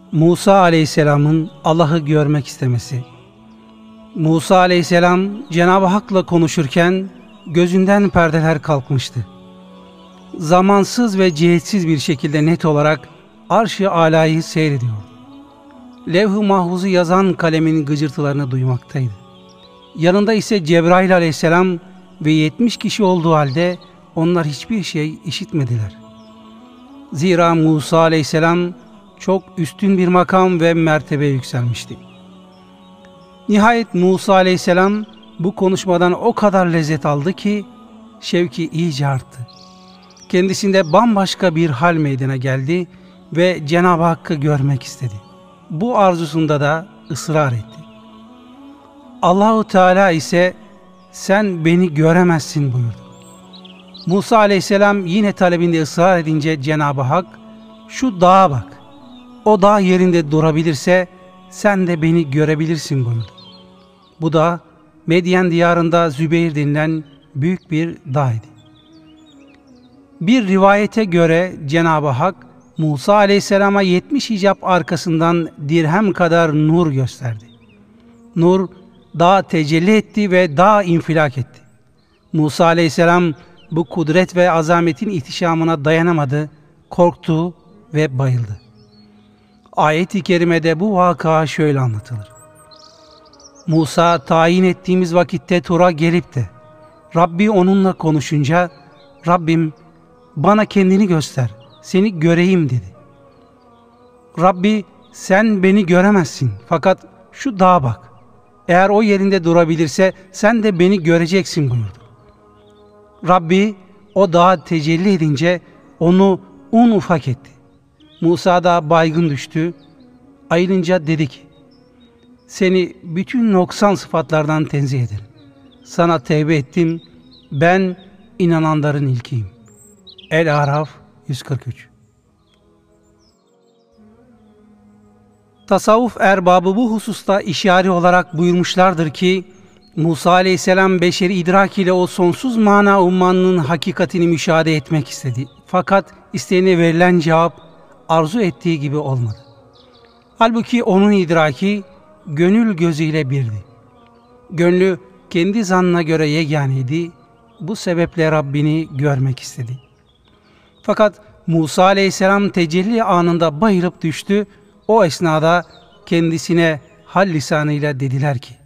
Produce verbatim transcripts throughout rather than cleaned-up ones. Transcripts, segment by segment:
Musa Aleyhisselam'ın Allah'ı görmek istemesi. Musa Aleyhisselam Cenab-ı Hak'la konuşurken gözünden perdeler kalkmıştı. Zamansız ve cihetsiz bir şekilde net olarak Arş-ı Alâ'yı seyrediyordu. Levh-i Mahfuz'u yazan kalemin gıcırtılarını duymaktaydı. Yanında ise Cebrail Aleyhisselam ve yetmiş kişi olduğu halde onlar hiçbir şey işitmediler. Zira Musa Aleyhisselam çok üstün bir makam ve mertebe yükselmişti. Nihayet Musa Aleyhisselam bu konuşmadan o kadar lezzet aldı ki şevki iyice arttı. Kendisinde bambaşka bir hal meydana geldi ve Cenab-ı Hakk'ı görmek istedi. Bu arzusunda da ısrar etti. Allahu Teala ise sen beni göremezsin buyurdu. Musa Aleyhisselam yine talebinde ısrar edince Cenab-ı Hak şu dağa bak. O dağ yerinde durabilirse sen de beni görebilirsin buyurdu. Bu da Medyen diyarında Zübeyir denilen büyük bir dağ idi. Bir rivayete göre Cenab-ı Hak Musa Aleyhisselam'a yetmiş hicap arkasından dirhem kadar nur gösterdi. Nur dağa tecelli etti ve dağ infilak etti. Musa Aleyhisselam bu kudret ve azametin ihtişamına dayanamadı, korktu ve bayıldı. Ayet-i kerimede bu vaka şöyle anlatılır. Musa tayin ettiğimiz vakitte Tur'a gelip de Rabbi onunla konuşunca Rabbim bana kendini göster, seni göreyim dedi. Rabbi sen beni göremezsin fakat şu dağa bak. Eğer o yerinde durabilirse sen de beni göreceksin buyurdu. Rabbi o dağa tecelli edince onu un ufak etti. Musa da baygın düştü. Ayılınca dedi ki, seni bütün noksan sıfatlardan tenzih ederim. Sana tevbe ettim, ben inananların ilkiyim. El-Araf yüz kırk üç. Tasavvuf erbabı bu hususta işari olarak buyurmuşlardır ki, Musa Aleyhisselam beşeri idrak ile o sonsuz mana ummanının hakikatini müşahede etmek istedi. Fakat isteğine verilen cevap arzu ettiği gibi olmadı. Halbuki onun idraki gönül gözüyle birdi. Gönlü kendi zannına göre yeganeydi. Bu sebeple Rabbini görmek istedi. Fakat Musa Aleyhisselam tecelli anında bayılıp düştü. O esnada kendisine hal lisanıyla dediler ki,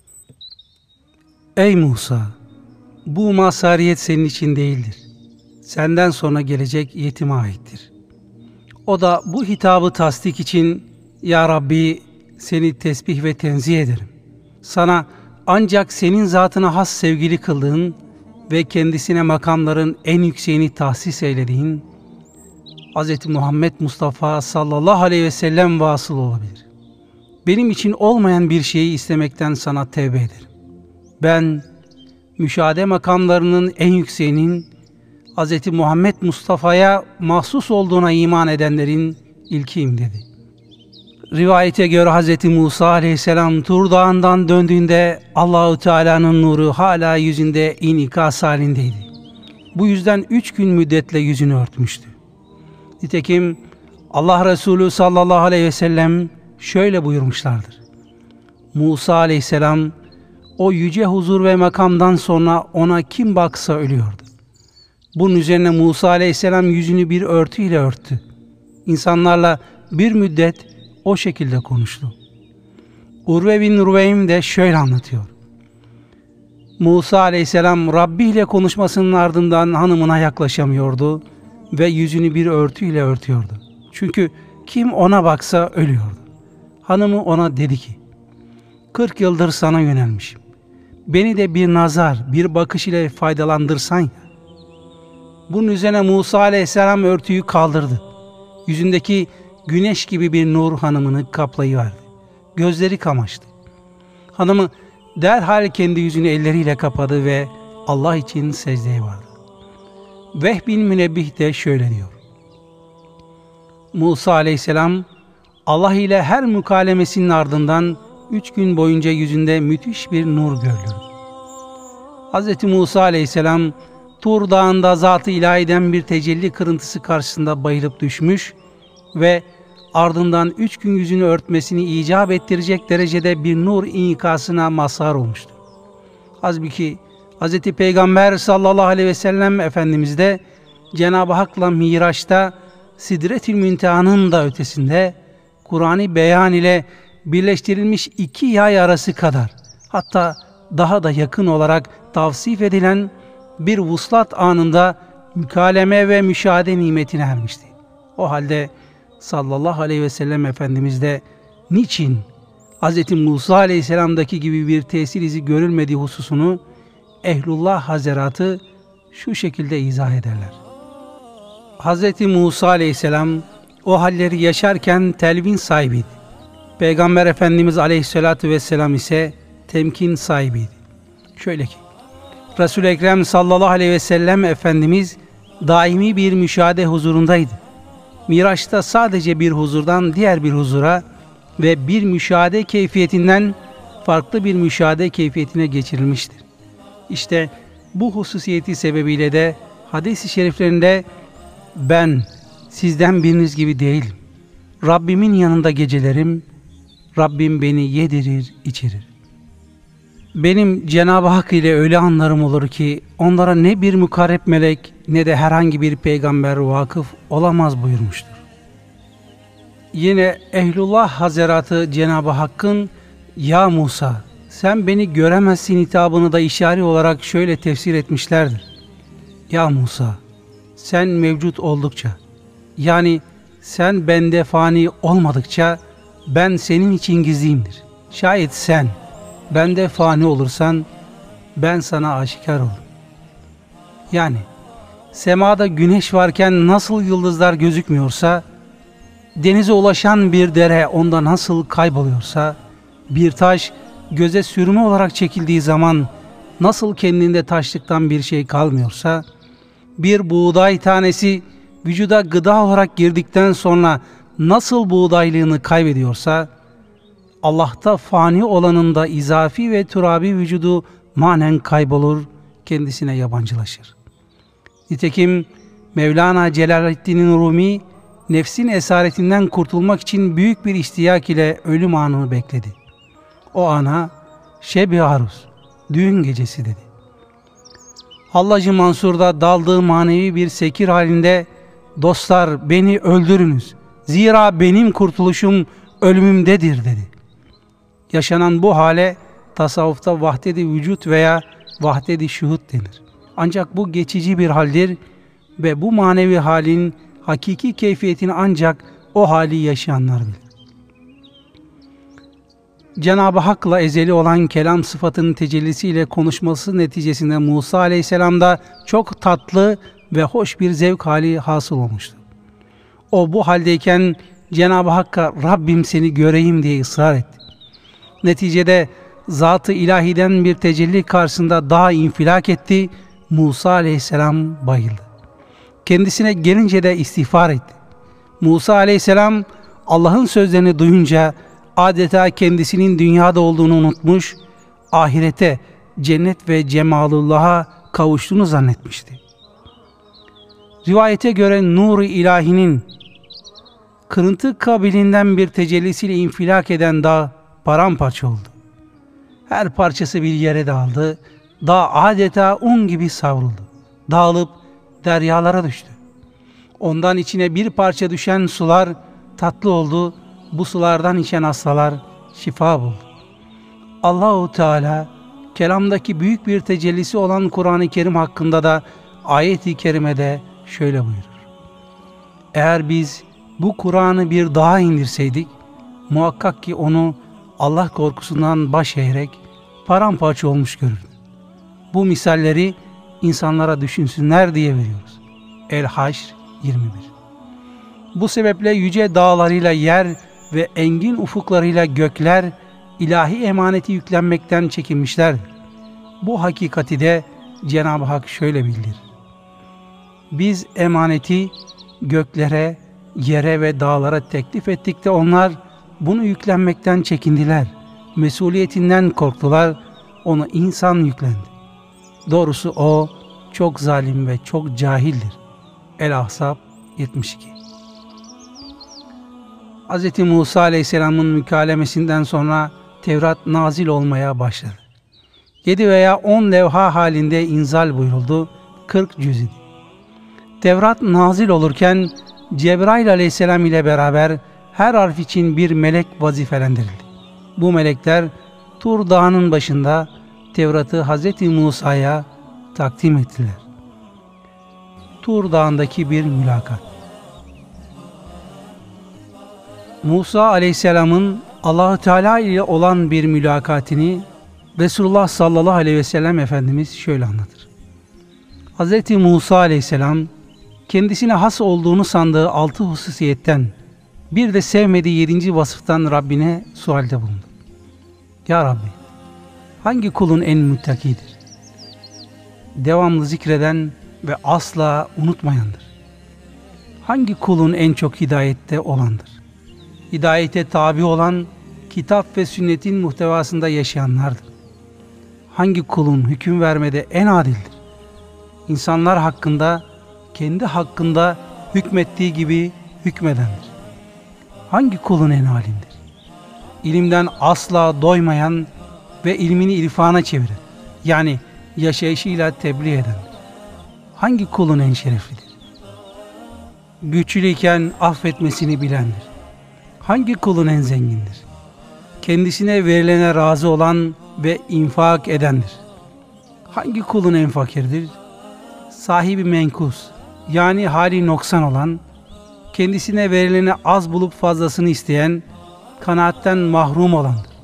ey Musa, bu mazhariyet senin için değildir. Senden sonra gelecek yetime aittir. O da bu hitabı tasdik için, ya Rabbi seni tesbih ve tenzih ederim. Sana ancak senin zatına has sevgili kıldığın ve kendisine makamların en yükseğini tahsis eylediğin Hz. Muhammed Mustafa sallallahu aleyhi ve sellem vasıl olabilir. Benim için olmayan bir şeyi istemekten sana tevbe ederim. Ben müşahede makamlarının en yükseğinin Hz. Muhammed Mustafa'ya mahsus olduğuna iman edenlerin ilkiyim dedi. Rivayete göre Hz. Musa Aleyhisselam Tur Dağı'ndan döndüğünde Allahu Teala'nın nuru hala yüzünde inikas halindeydi. Bu yüzden üç gün müddetle yüzünü örtmüştü. Nitekim Allah Resulü sallallahu aleyhi ve sellem şöyle buyurmuşlardır. Musa Aleyhisselam o yüce huzur ve makamdan sonra ona kim baksa ölüyordu. Bunun üzerine Musa Aleyhisselam yüzünü bir örtüyle örttü. İnsanlarla bir müddet o şekilde konuştu. Urve bin Ruveym de şöyle anlatıyor. Musa Aleyhisselam Rabbi ile konuşmasının ardından hanımına yaklaşamıyordu ve yüzünü bir örtüyle örtüyordu. Çünkü kim ona baksa ölüyordu. Hanımı ona dedi ki, kırk yıldır sana yönelmişim. Beni de bir nazar, bir bakış ile faydalandırsan ya. Bunun üzerine Musa Aleyhisselam örtüyü kaldırdı. Yüzündeki güneş gibi bir nur hanımını kaplayıverdi. Gözleri kamaştı. Hanımı derhal kendi yüzünü elleriyle kapadı ve Allah için secdeye vardı. Vehb bin Münebbih de şöyle diyor. Musa Aleyhisselam Allah ile her mukalemesinin ardından üç gün boyunca yüzünde müthiş bir nur görülürdü. Hz. Musa Aleyhisselam Tur Dağı'nda Zat-ı İlahi'den bir tecelli kırıntısı karşısında bayılıp düşmüş ve ardından üç gün yüzünü örtmesini icap ettirecek derecede bir nur inikasına mazhar olmuştu. Halbuki Hz. Peygamber sallallahu aleyhi ve sellem Efendimiz de Cenab-ı Hak'la Miraç'ta Sidret-i Münteha'nın da ötesinde Kur'an-ı Beyan ile birleştirilmiş iki yay arası kadar, hatta daha da yakın olarak tavsif edilen bir vuslat anında mükaleme ve müşahede nimetine ermişti. O halde sallallahu aleyhi ve sellem Efendimiz de niçin Hz. Musa aleyhisselamdaki gibi bir tesir izi görülmediği hususunu Ehlullah Hazaratı şu şekilde izah ederler. Hz. Musa aleyhisselam o halleri yaşarken telvin sahibiydi. Peygamber Efendimiz aleyhissalatü vesselam ise temkin sahibiydi. Şöyle ki, Resul-i Ekrem sallallahu aleyhi ve sellem Efendimiz daimi bir müşahede huzurundaydı. Miraç'ta sadece bir huzurdan diğer bir huzura ve bir müşahede keyfiyetinden farklı bir müşahede keyfiyetine geçirilmiştir. İşte bu hususiyeti sebebiyle de hadis-i şeriflerinde ben sizden biriniz gibi değilim. Rabbimin yanında gecelerim, Rabbim beni yedirir, içirir. Benim Cenab-ı Hak ile öyle anlarım olur ki onlara ne bir mukarreb melek ne de herhangi bir peygamber vakıf olamaz buyurmuştur. Yine Ehlullah Hazaratı Cenab-ı Hakk'ın ya Musa sen beni göremezsin hitabını da işari olarak şöyle tefsir etmişlerdir. Ya Musa sen mevcut oldukça, yani sen bende fani olmadıkça ben senin için gizliyimdir. Şayet sen bende fani olursan ben sana aşikar olurum. Yani semada güneş varken nasıl yıldızlar gözükmüyorsa, denize ulaşan bir dere onda nasıl kayboluyorsa, bir taş göze sürme olarak çekildiği zaman nasıl kendinde taşlıktan bir şey kalmıyorsa, bir buğday tanesi vücuda gıda olarak girdikten sonra nasıl buğdaylığını kaybediyorsa, Allah'ta fani olanın da izafi ve turabi vücudu manen kaybolur, kendisine yabancılaşır. Nitekim Mevlana Celaleddin Rumi, nefsin esaretinden kurtulmak için büyük bir iştiyak ile ölüm anını bekledi. O ana Şeb-i Aruz, düğün gecesi dedi. Hallacı Mansur'da daldığı manevi bir sekir halinde, dostlar beni öldürünüz, zira benim kurtuluşum ölümümdedir dedi. Yaşanan bu hale tasavvufta vahdet-i vücut veya vahdet-i şuhud denir. Ancak bu geçici bir haldir ve bu manevi halin hakiki keyfiyetini ancak o hali yaşayanlar bilir. Cenab-ı Hak'la ezeli olan kelam sıfatının tecellisiyle konuşması neticesinde Musa aleyhisselamda çok tatlı ve hoş bir zevk hali hasıl olmuştu. O bu haldeyken Cenab-ı Hakk'a Rabbim seni göreyim diye ısrar etti. Neticede Zat-ı İlahi'den bir tecelli karşısında daha infilak etti. Musa aleyhisselam bayıldı. Kendisine gelince de istiğfar etti. Musa aleyhisselam Allah'ın sözlerini duyunca adeta kendisinin dünyada olduğunu unutmuş, ahirete, cennet ve cemalullah'a kavuştuğunu zannetmişti. Rivayete göre nur-i ilahinin kırıntı kabilinden bir tecellisiyle infilak eden dağ paramparça oldu. Her parçası bir yere dağıldı. Dağ adeta un gibi savruldu. Dağılıp deryalara düştü. Ondan içine bir parça düşen sular tatlı oldu. Bu sulardan içen hastalar şifa buldu. Allahu Teala kelamdaki büyük bir tecellisi olan Kur'an-ı Kerim hakkında da ayet-i kerimede şöyle buyurur. Eğer biz bu Kur'an'ı bir dağa indirseydik, muhakkak ki onu Allah korkusundan baş eğerek paramparça olmuş görürdü. Bu misalleri insanlara düşünsünler diye veriyoruz. El-Haşr yirmi bir. Bu sebeple yüce dağlarıyla yer ve engin ufuklarıyla gökler ilahi emaneti yüklenmekten çekinmişlerdir. Bu hakikati de Cenab-ı Hak şöyle bildirir. Biz emaneti göklere, yere ve dağlara teklif ettik de onlar bunu yüklenmekten çekindiler. Mesuliyetinden korktular, ona insan yüklendi. Doğrusu o çok zalim ve çok cahildir. El-Ahzab yetmiş iki. Hz. Musa Aleyhisselam'ın mükalemesinden sonra Tevrat nazil olmaya başladı. Yedi veya on levha halinde inzal buyuruldu, kırk cüz idi. Tevrat nazil olurken Cebrail Aleyhisselam ile beraber her harf için bir melek vazifelendirildi. Bu melekler Tur Dağı'nın başında Tevrat'ı Hz. Musa'ya takdim ettiler. Tur Dağı'ndaki bir mülakat. Musa Aleyhisselam'ın Allah-u Teala ile olan bir mülakatini Resulullah sallallahu aleyhi ve sellem Efendimiz şöyle anlatır. Hz. Musa Aleyhisselam kendisine has olduğunu sandığı altı hususiyetten bir de sevmediği yedinci vasıftan Rabbine sualde bulundu. Ya Rabbi, hangi kulun en muttakidir? Devamlı zikreden ve asla unutmayandır. Hangi kulun en çok hidayette olandır? Hidayete tabi olan, kitap ve sünnetin muhtevasında yaşayanlardır. Hangi kulun hüküm vermede en adildir? İnsanlar hakkında, kendi hakkında hükmettiği gibi hükmedendir. Hangi kulun en alimdir? İlimden asla doymayan ve ilmini irfana çeviren, yani yaşayışıyla tebliğ edendir. Hangi kulun en şereflidir? Güçlüyken affetmesini bilendir. Hangi kulun en zengindir? Kendisine verilene razı olan ve infak edendir. Hangi kulun en fakirdir? Sahibi menkus, yani hali noksan olan, kendisine verilene az bulup fazlasını isteyen, kanaatten mahrum olandır.